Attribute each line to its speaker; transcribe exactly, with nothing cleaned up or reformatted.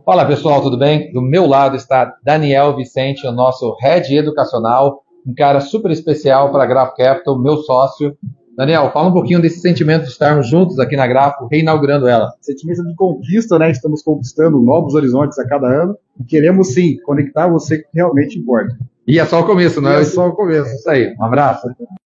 Speaker 1: Fala pessoal, tudo bem? Do meu lado está Daniel Vicente, o nosso Head Educacional, um cara super especial para a Grafo Capital, meu sócio. Daniel, fala um pouquinho desse sentimento de estarmos juntos aqui na Grafo, reinaugurando ela.
Speaker 2: Sentimento de conquista, né? Estamos conquistando novos horizontes a cada ano. E queremos, sim, conectar você que realmente importa.
Speaker 1: E é só o começo, não é?
Speaker 2: E é só o começo.
Speaker 1: Isso aí, um abraço.